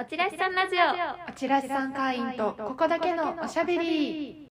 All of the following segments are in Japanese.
ちらしさんラジオ。 おちらしさん会員とここだけのおしゃべり。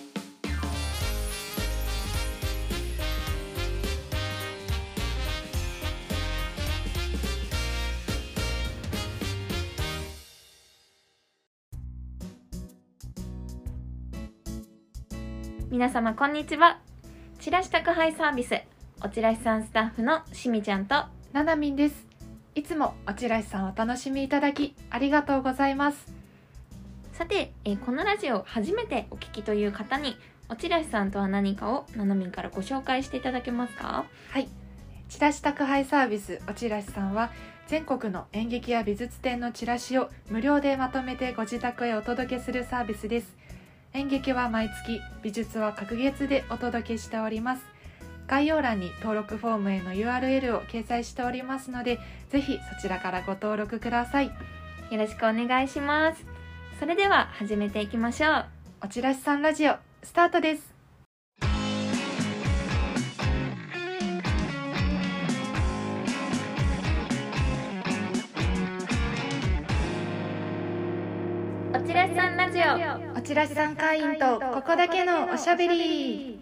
皆様こんにちは。チラシ宅配サービスおちらしさんスタッフのしみちゃんとななみんです。いつもおちらしさんをお楽しみいただきありがとうございます。 さて、このラジオを初めてお聞きという方におちらしさんとは何かをななみんからご紹介していただけますか？ はい、チラシ宅配サービスおちらしさんは全国の演劇や美術展のチラシを無料でまとめてご自宅へお届けするサービスです。演劇は毎月、美術は隔月でお届けしております。概要欄に登録フォームへの URL を掲載しておりますので、ぜひそちらからご登録ください。 よろしくお願いします。それでは始めていきましょう。 おちらしさんラジオスタートです。 おちらしさんラジオ。 おちらしさん会員とここだけのおしゃべり。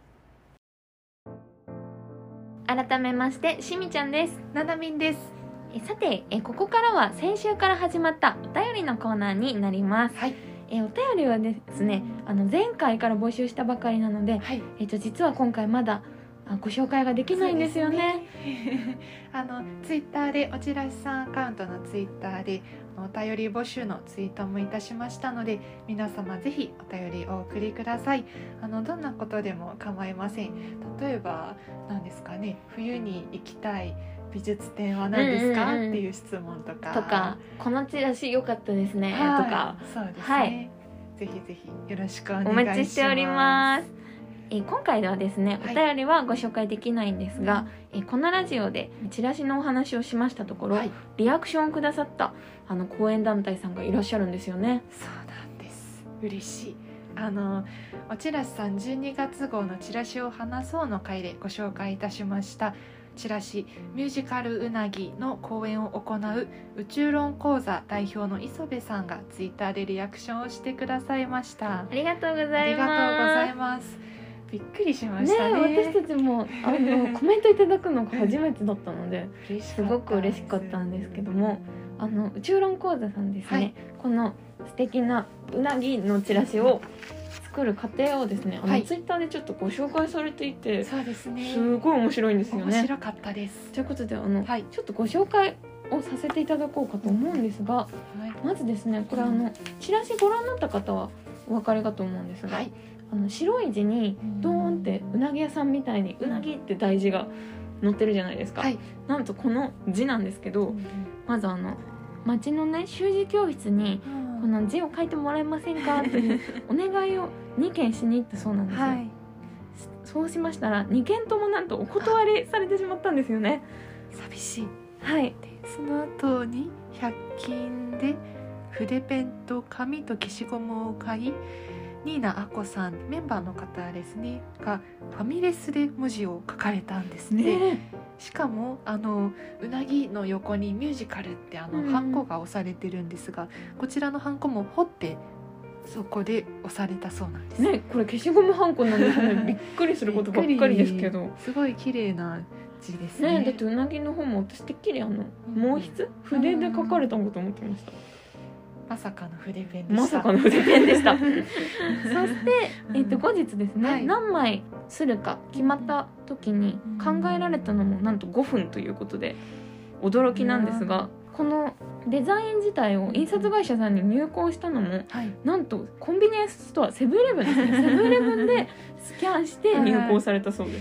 改めましてしみちゃんです。 ななみんです。 さて、ここからは先週から始まったお便りのコーナーになります。 はい、 お便りはですね、前回から募集したばかりなので、 はい、 実は今回まだご紹介ができないんですよね。 ツイッターでおちらしさんアカウントのツイッターでお便り募集のツイートもいたしましたので、皆様ぜひお便りお送りください。どんなことでも構いません。例えば何ですかね、冬に行きたい美術展は何ですか、っていう質問とかこのチラシ良かったですね、とか、 そうですね、 はい、 ぜひぜひよろしくお願いします。 お待ちしております。今回ではですね、お便りはご紹介できないんですが、このラジオでチラシのお話をしましたところ、リアクションをくださった講演団体さんがいらっしゃるんですよね。 そうなんです。嬉しい。おちらしさん12月号のチラシを話そうの回でご紹介いたしましたチラシミュージカルうなぎの講演を行う宇宙論講座代表の磯部さんがツイッターでリアクションをしてくださいました。 ありがとうございます。 ありがとうございます。びっくりしましたね。 私たちもコメントいただくのが初めてだったので、すごく嬉しかったんですけども、宇宙論講座さんですね、この素敵なうなぎのチラシを作る過程をですね、ツイッターでちょっとご紹介されていて、 そうですね、 すごい面白いんですよね。 面白かったです。 ということでちょっとご紹介をさせていただこうかと思うんですが、まずですね、これチラシご覧になった方はお分かりかと思うんですが、白い字にドーンってうなぎ屋さんみたいにうなぎって大字が載ってるじゃないですか、なんとこの字なんですけど、まず町のね習字教室にこの字を書いてもらえませんかっていうお願いを2件しに行ったそうなんですよ、そうしましたら2件ともなんとお断りされてしまったんですよね。 寂しい。 でその後に100均で筆ペンと紙と消しゴムを買い、ニーナアコさんメンバーの方ですねがファミレスで文字を書かれたんですね。しかもうなぎの横にミュージカルってハンコが押されてるんですが、こちらのハンコも彫ってそこで押されたそうなんですね。 これ消しゴムハンコなんですね。びっくりすることばっかりですけど、 すごい綺麗な字ですね。 だってうなぎの方も私てっきり毛筆、筆で書かれたのかと思ってました。 まさかの筆ペンでした。 まさかの筆ペンでしたそして、後日ですね、何枚するか決まった時に考えられたのもなんと5分ということで驚きなんですが、このデザイン自体を印刷会社さんに入稿したのも、なんとコンビニエンスストアセブンイレブンですね。セブンイレブンでスキャンして入稿されたそうです、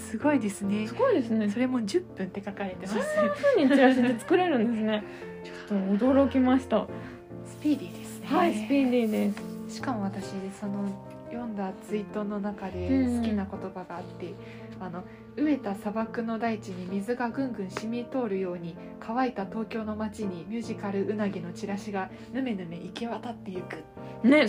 すごいですね。 すごいですね。 それも10分って書かれてます。 そんな風にチラシで作れるんですね。ちょっと驚きました。 スピーディーですね。 スピーディーです。 しかも私読んだツイートの中で好きな言葉があって、飢えた砂漠の大地に水がぐんぐん染み通るように乾いた東京の街にミュージカルうなぎのチラシがぬめぬめ行き渡っていくね。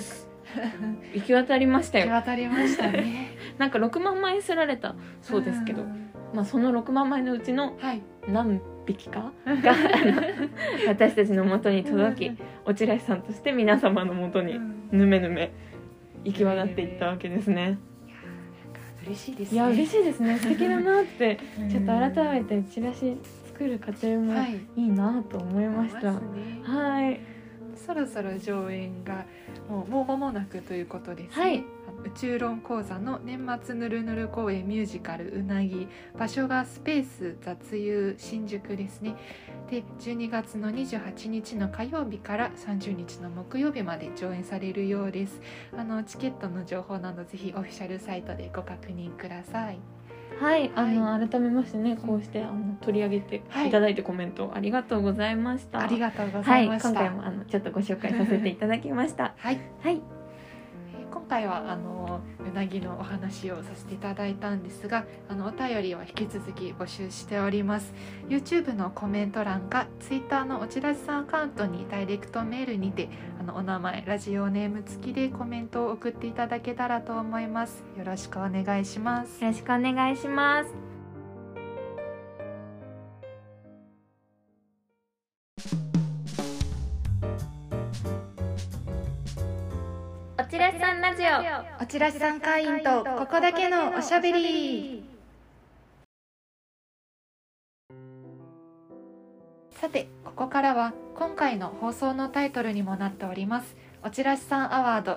行き渡りましたよ。 行き渡りましたねなんか6万枚刷られたそうですけど、 その6万枚のうちのはい何匹かが私たちの元に届き、おちらしさんとして皆様の元にぬめぬめ行き渡っていったわけですね。 嬉しいですね。 いや嬉しいですね。素敵だなってちょっと改めてチラシ作る過程もいいなと思いました。はい。 そろそろ上演がもう間もなくということですね。 はい。 宇宙論講座の年末ぬるぬる公演ミュージカルうなぎ、場所がスペース雑遊新宿ですね。で12月の28日の火曜日から30日の木曜日まで上演されるようです。チケットの情報などぜひオフィシャルサイトでご確認ください。 はい、改めましてね、こうして取り上げていただいてコメントありがとうございました。 ありがとうございました。 今回もちょっとご紹介させていただきました。 はい。 はい。 今回はうなぎのお話をさせていただいたんですが、お便りは引き続き募集しております。 YouTube のコメント欄か Twitter のおちらしさんアカウントにダイレクトメールにてお名前ラジオネーム付きでコメントを送っていただけたらと思います。よろしくお願いします。 よろしくお願いします。おちらしさんラジオ、 おちらしさん会員とここだけのおしゃべり。さてここからは今回の放送のタイトルにもなっておりますおちらしさんアワード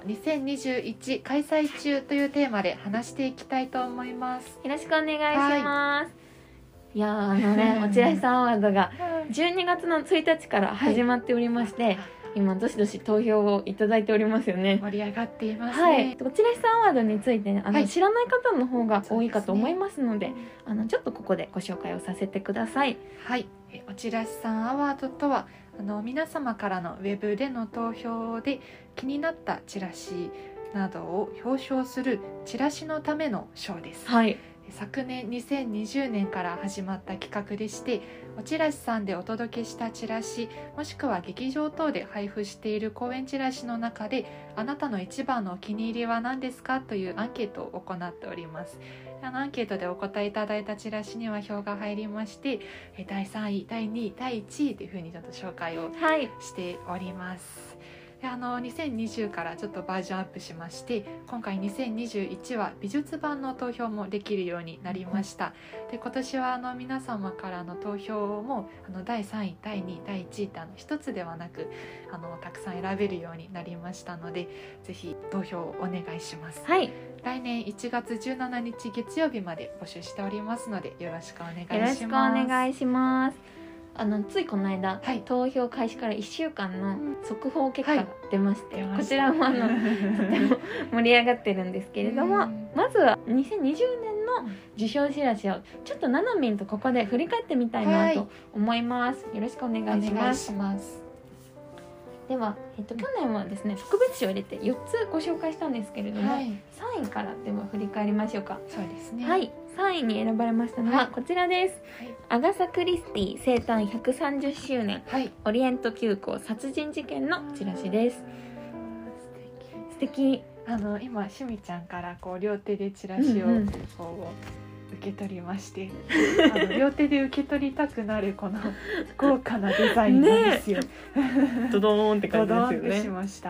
2021開催中というテーマで話していきたいと思います。 よろしくお願いします。いやおちらしさんアワードが12月の1日から始まっておりまして、今どしどし投票をいただいておりますよね。 盛り上がっていますね。 はい、おちらしさんアワードについて、知らない方の方が多いかと思いますので、ちょっとここでご紹介をさせてください。 はい、おちらしさんアワードとは皆様からのウェブでの投票で気になったチラシなどを表彰するチラシのための賞です。 はい。 昨年2020年から始まった企画でして、おちらしさんでお届けしたチラシもしくは劇場等で配布している公演チラシの中であなたの一番のお気に入りは何ですかというアンケートを行っております。アンケートでお答えいただいたチラシには票が入りまして、第3位第2位第1位というふうにちょっと紹介をしております。で2020からちょっとバージョンアップしまして、今回2021は美術版の投票もできるようになりました。で今年は皆様からの投票も第3位第2位第1位って一つではなくたくさん選べるようになりましたので、ぜひ投票をお願いします。 はい。 来年1月17日月曜日まで募集しておりますのでよろしくお願いします。 よろしくお願いします。ついこの間、投票開始から1週間の速報結果が出まして、こちらもとても盛り上がってるんですけれども、まずは2020年の受賞チラシをちょっとななみんとここで振り返ってみたいなと思います。よろしくお願いします。では、去年はですね特別賞を入れて4つご紹介したんですけれども、3位からでは振り返りましょうか。 そうですね。 はい、3位に選ばれましたのはこちらです。アガサ・クリスティ生誕130周年、オリエント急行殺人事件のチラシです。素敵。 今しみちゃんから両手でチラシを受け取りまして両手で受け取りたくなるこの豪華なデザインなんですよ。 ドドーンって感じですよね。 ドドーンってしました。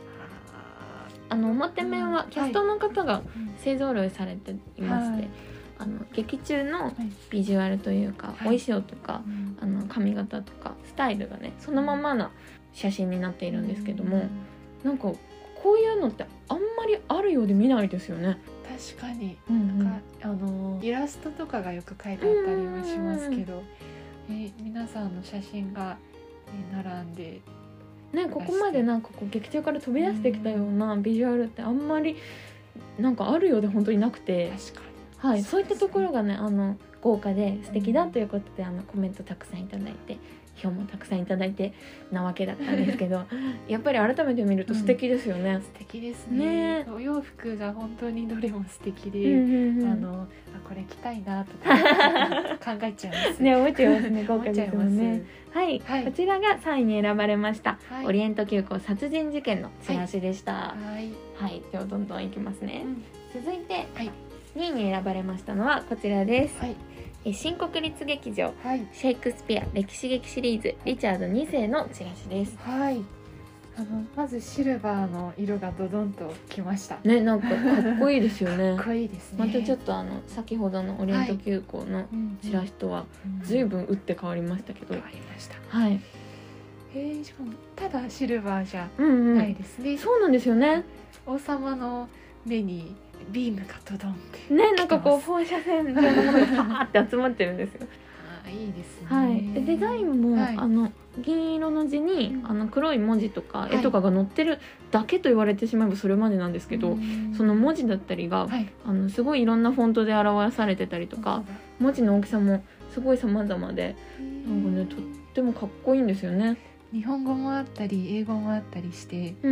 表面はキャストの方が勢ぞろいされていまして、劇中のビジュアルというか、お衣装とか髪型とかスタイルがねそのままな写真になっているんですけども、なんかこういうのってあんまりあるようで見ないですよね。 確かに、イラストとかがよく書いてあったりはしますけど、皆さんの写真が、並んでね、ここまでなんか劇中から飛び出してきたようなビジュアルってあんまりなんかあるようで本当になくて、はい、そういったところがね豪華で素敵だということでコメントたくさんいただいて票もたくさんいただいてなわけだったんですけどやっぱり改めて見ると素敵ですよね。 素敵ですね。お洋服が本当にどれも素敵で、これ着たいなとか考えちゃいますね。 思っちゃいますね。豪華ですもんね。はい、こちらが3位に選ばれました、オリエント急行殺人事件のチラシでした。はい、ではどんどんいきますね。続いて、2位に選ばれましたのはこちらです。 新国立劇場はい、 シェイクスピア歴史劇シリーズリチャード2世のチラシです。 はい、まずシルバーの色がドドンときました。 ね、なんかかっこいいですよね。 かっこいいですね。 またちょっと先ほどのオリエント急行のチラシとは随分打って変わりましたけど、 変わりました。 はい。 しかもただシルバーじゃうんうん、 ないですね。 そうなんですよね。 王様の目にビームがドドンってね、なんかこう放射線状のものがパーって集まってるんですよ。 いいですね。 はい。でデザインも、 はい銀色の字に、黒い文字とかはい絵とかが載ってるだけと言われてしまえばそれまでなんですけど、その文字だったりが、 はい、 すごいいろんなフォントで表されてたりとか、文字の大きさもすごい様々で、なんかね、とってもかっこいいんですよね。 日本語もあったり英語もあったりしてうんうん、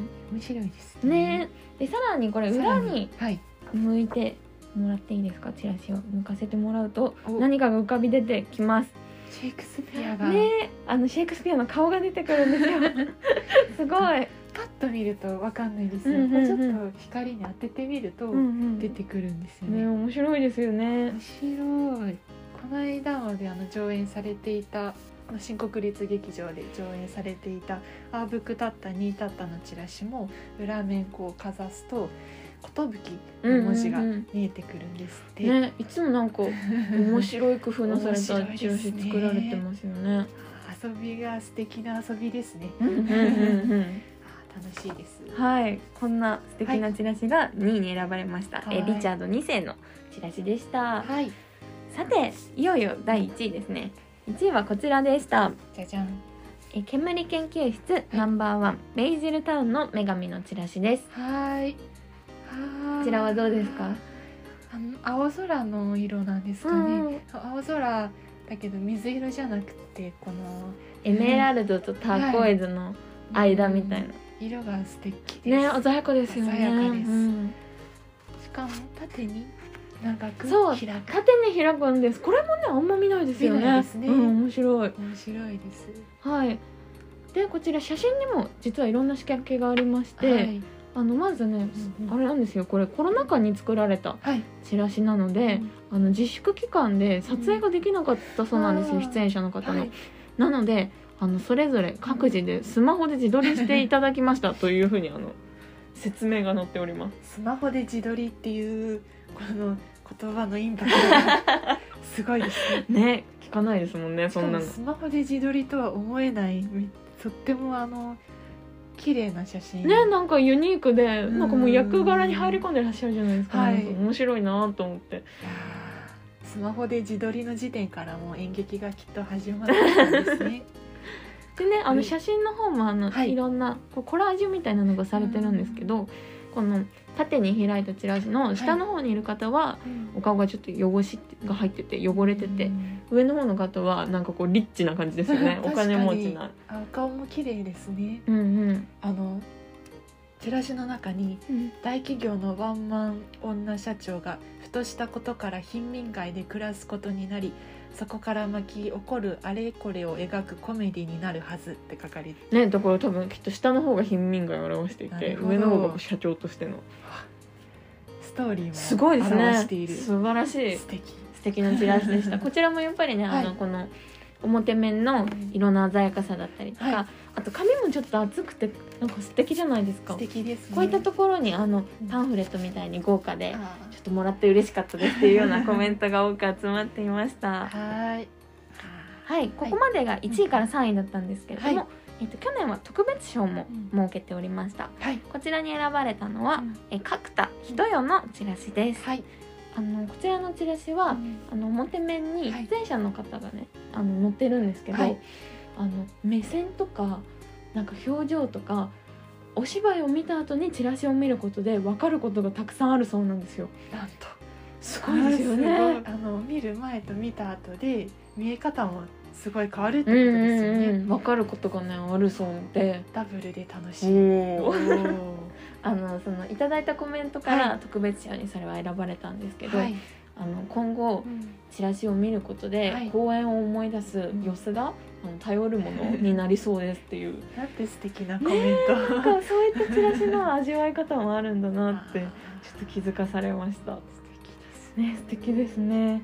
面白いですね。 ね。でさらにこれ裏にはい向いてもらっていいですか。チラシを向かせてもらうとお何かが浮かび出てきます。 シェイクスピアが、 ね、シェイクスピアの顔が出てくるんですよ。すごい。 パッと見るとわかんないですよ、 うんうんうん、 ちょっと光に当ててみると出てくるんですよね。 面白いですよね。 面白い。この間まで上演されていた新国立劇場で上演されていたアーブクタッタニータッタのチラシも裏面こうかざすと寿の文字が見えてくるんですって、 ね、いつもなんか面白い工夫のされたチラシ作られてますよね。 遊びが素敵な遊びですね。楽しいです。 はい、こんな素敵なチラシが2位に選ばれました、 はい、 リチャード2世のチラシでした。 はい、 さていよいよ第1位ですね。1位はこちらでした。 じゃじゃん。 煙研究室ナンバーワンベイジルタウンの女神のチラシです。 はい。 こちらはどうですか。 青空の色なんですかね、青空だけど水色じゃなくてこのエメラルドとターコイズの間みたいな、 色が素敵ですね。鮮やかですよね。 鮮やかです、しかも縦に長くそう開く。 縦に開くんです。これもねあんま見ないですよね。 見ないですね、 面白い。 面白いです。 はい。でこちら写真にも実はいろんな仕掛けがありまして、はい、まずね、あれなんですよ。これコロナ禍に作られたチラシなので、自粛期間で撮影ができなかったそうなんですよ、出演者の方の、なのでそれぞれ各自でスマホで自撮りしていただきましたというふうに説明が載っております。 スマホで自撮りっていうこの言葉のインパクトがすごいですね。 ね、聞かないですもんね、そんなの。 スマホで自撮りとは思えない、とっても綺麗な写真ね、なんかユニークで、なんかもう役柄に入り込んでらっしゃるじゃないですか。なんか面白いなと思って。 スマホで自撮りの時点からもう演劇がきっと始まったんですね。 でね、写真の方もいろんなコラージュみたいなのがされてるんですけど、この縦に開いたチラシの下の方にいる方は、お顔がちょっと汚しが入ってて汚れてて、上の方の方はなんかこうリッチな感じですよね。お金持ちな。 顔も綺麗ですね。チラシの中に、大企業のワンマン女社長がふとしたことから貧民街で暮らすことになり、そこから巻き起こるあれこれを描くコメディになるはずって書かれてね。だから多分きっと下の方が貧民街を表していて、上の方が社長としてのストーリーもすごいですね。 表している。 素晴らしい素敵なチラシでした。こちらもやっぱりね、この表面の色の鮮やかさだったりとか、あと紙もちょっと厚くてなんか素敵じゃないですか。 素敵ですね。 こういったところにパンフレットみたいに豪華でちょっともらって嬉しかったですっていうようなコメントが多く集まっていました。はい、ここまでが1位から3位だったんですけれども、去年は特別賞も設けておりました。こちらに選ばれたのは角田ひとよのチラシです。こちらのチラシは、表面に出演者の方がね載ってるんですけど、目線とかなんか表情とかお芝居を見た後にチラシを見ることで分かることがたくさんあるそうなんですよ。 なんとすごいですよね。 見る前と見た後で見え方もすごい変わるってことですよね。 分かることがねあるそうで、 ダブルで楽しい。 そのいただいたコメントから特別賞にそれは選ばれたんですけど、今後チラシを見ることで公演を思い出す様子が頼るものになりそうですっていう。 なんて素敵なコメント。 そういったチラシの味わい方もあるんだなってちょっと気づかされました。 素敵ですね。素敵ですね。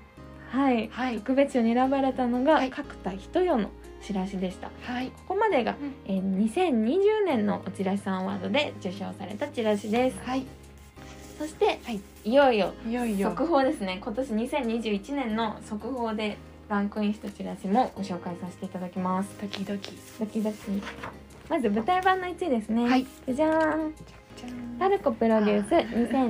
はい、 はい特別賞に選ばれたのが、 はい角田人よのチラシでした。 はいここまでが、2020年のおチラシさんアワードで受賞されたチラシです。 はいそして、 はいいよいよいよいよ速報ですね。今年2021年の速報でランクインしたチラシもご紹介させていただきます。 ドキドキ。 ドキドキ。まず舞台版の1位ですね。 はいじゃじゃーん。 じゃん。 パルコプロデュース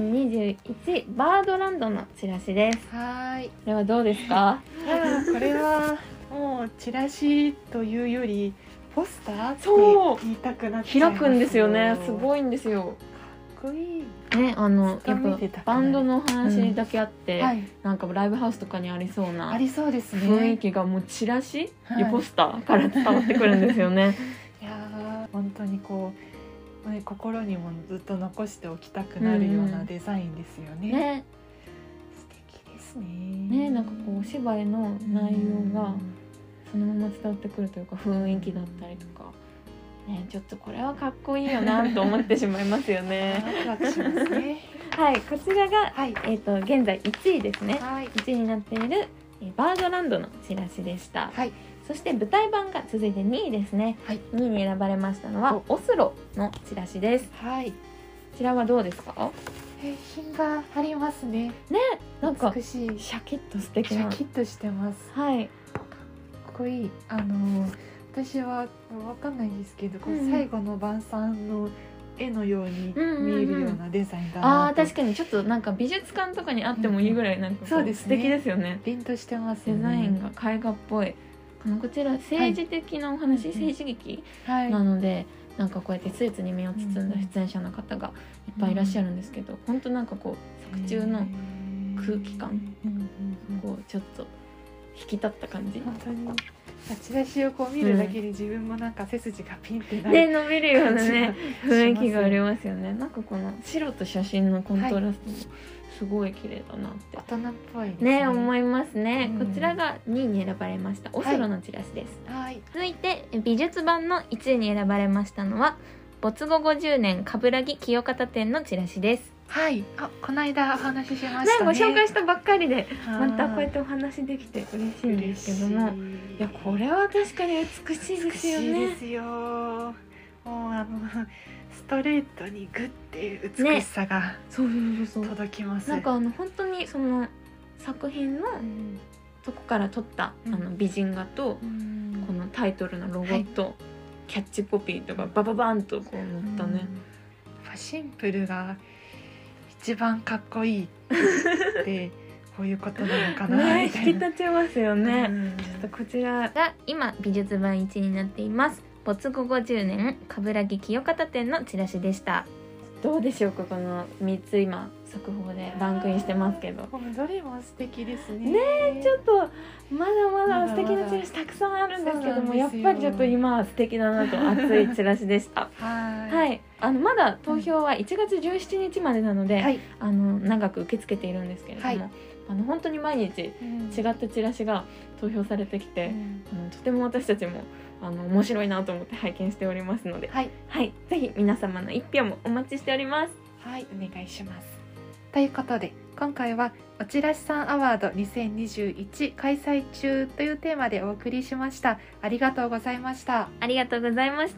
2021バードランドのチラシです。 はい。 これはどうですか？ いやこれはもうチラシというよりポスターってそう言いたくなっちゃいます。 開くんですよね。すい。 ごいんですよ。 かっこいい。 ね、や見てたっぱバンドの話だけあって、 はい。 なんかライブハウスとかにありそうあなりそうですね。 雰囲気がもうチラシ、 はいポスターから伝わってくるんですよね。 いやー本当にこう、ね、心にもずっと残しておきたくなるようなデザインですよね。 ね、 素敵ですね。 なんかこうお芝居の内容がそのまま伝わってくるというか雰囲気だったりとか、ね、ちょっとこれはかっこいいよなと思ってしまいますよね。 ワクワクしますね。 はい、こちらが、 はい現在1位ですね。 はい 1位になっているバードランドのチラシでした。 はいそして舞台版が続いて2位ですね。 はい 2位に選ばれましたのはオスロのチラシです。 はい。 こちらはどうですか？ 品がありますね。 ね、なんか美しい。 シャキッと素敵な。 シャキッとしてます。 はい。 かっこいい。私はわかんないんですけど、こううんうん最後の晩餐の絵のように見えるようなデザインだああ、 なと。 確かにちょっとなんか美術館とかにあってもいいぐらいなんかこそうですね素敵ですよね。 凛としてますよね。 デザインが絵画っぽい。こちら政治的なお話、 はい政治劇はい。 なので、なんかこうやってスーツに身を包んだ出演者の方がいっぱいいらっしゃるんですけど、本当なんかこう作中の空気感こうちょっと引き立った感じ本当にチラシをこう見るだけで自分もなんか背筋がピンってなでる伸びるようなね感じが雰囲気がありますよね。なんかこの白と写真のコントラストもすごい綺麗だなって大人っぽいですね思いますね、 うんこちらが2位に選ばれましたオスロのチラシです、 はい続いて美術版の1位に選ばれましたのは没後50年冠城清方展のチラシですはいこの間お話ししまねしたねご紹介したばっかりではいまたこうやってお話できて嬉しいんですけども嬉しいやこれは確かに美しいですよ美しいねですよ。もうストレートにグッて美しさがそうそうそう届きます、 なんか本当にその作品のうんそこから撮った美人画とうんこのタイトルのロゴはいとキャッチコピーとかバババンとこう載ったね、 シンプルが一番かっこいいってこういうことなのかなねみたいな、 引き立ちますよね、 うんちょっとこちらが今美術版1になっています没後50年冠城清方展のチラシでした。どうでしょうかこの3つ今速報でランクインしてますけどもうどれも素敵ですね。 ねちょっとまだまだ素敵なチラシたくさんあるんですけどもやっぱりちょっと今は素敵だなと熱いチラシでしたはい、 はいまだ投票は1月17日までなので、 はい長く受け付けているんですけれども、 はい本当に毎日違ったチラシが投票されてきて、とても私たちも面白いなと思って拝見しておりますので、 はいはい、ぜひ皆様の一票もお待ちしております。 はいお願いします。ということで今回はおちらしさんアワード2021開催中というテーマでお送りしました。ありがとうございました。 ありがとうございました。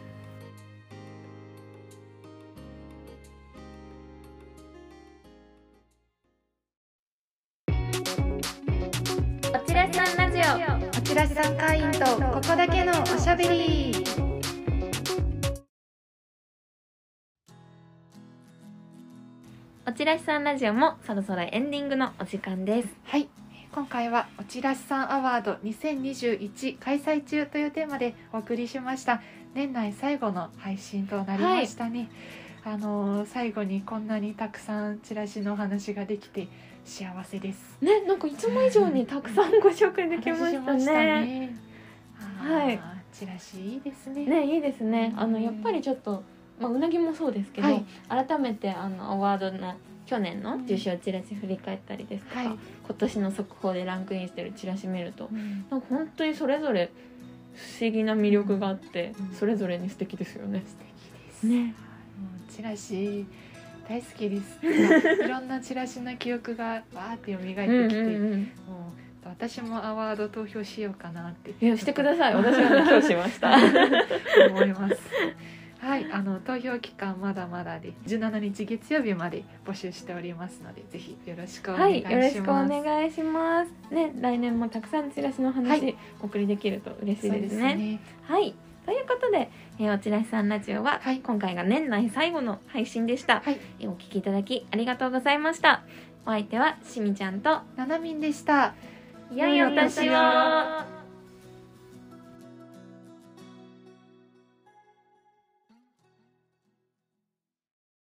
おちらしさんラジオおちらしさん会員とここだけのおしゃべり。 おちらしさんラジオもそろそろエンディングのお時間です。 はい今回はおちらしさんアワード2021開催中というテーマでお送りしました。年内最後の配信となりましたね、最後にこんなにたくさんチラシのお話ができて幸せですね、なんかいつも以上にたくさんご紹介できました話しね。はいチラシいいですね。 ね、いいですね。やっぱりちょっと、うなぎもそうですけど、 はい改めてアワードの去年の受賞チラシ振り返ったりですとか、 はい今年の速報でランクインしてるチラシ見ると、 うんなんか本当にそれぞれ不思議な魅力があって、 うんそれぞれに素敵ですよね。 素敵ですね、 もうチラシ大好きです。いろんなチラシの記憶がわーって蘇ってきて、もう私もアワード投票しようかなって。 いやしてください。私は今日しました。 思います。はい、投票期間まだまだで17日月曜日まで募集しておりますので、ぜひよろしくお願いします。 はい、よろしくお願いします。ね、来年もたくさんチラシの話、お送りできると嬉しいですね。はい、ということで、おちらしさんラジオは、今回が年内最後の配信でした。お聞きいただきありがとうございました。お相手はしみちゃんとななみんでした。 良いお年を。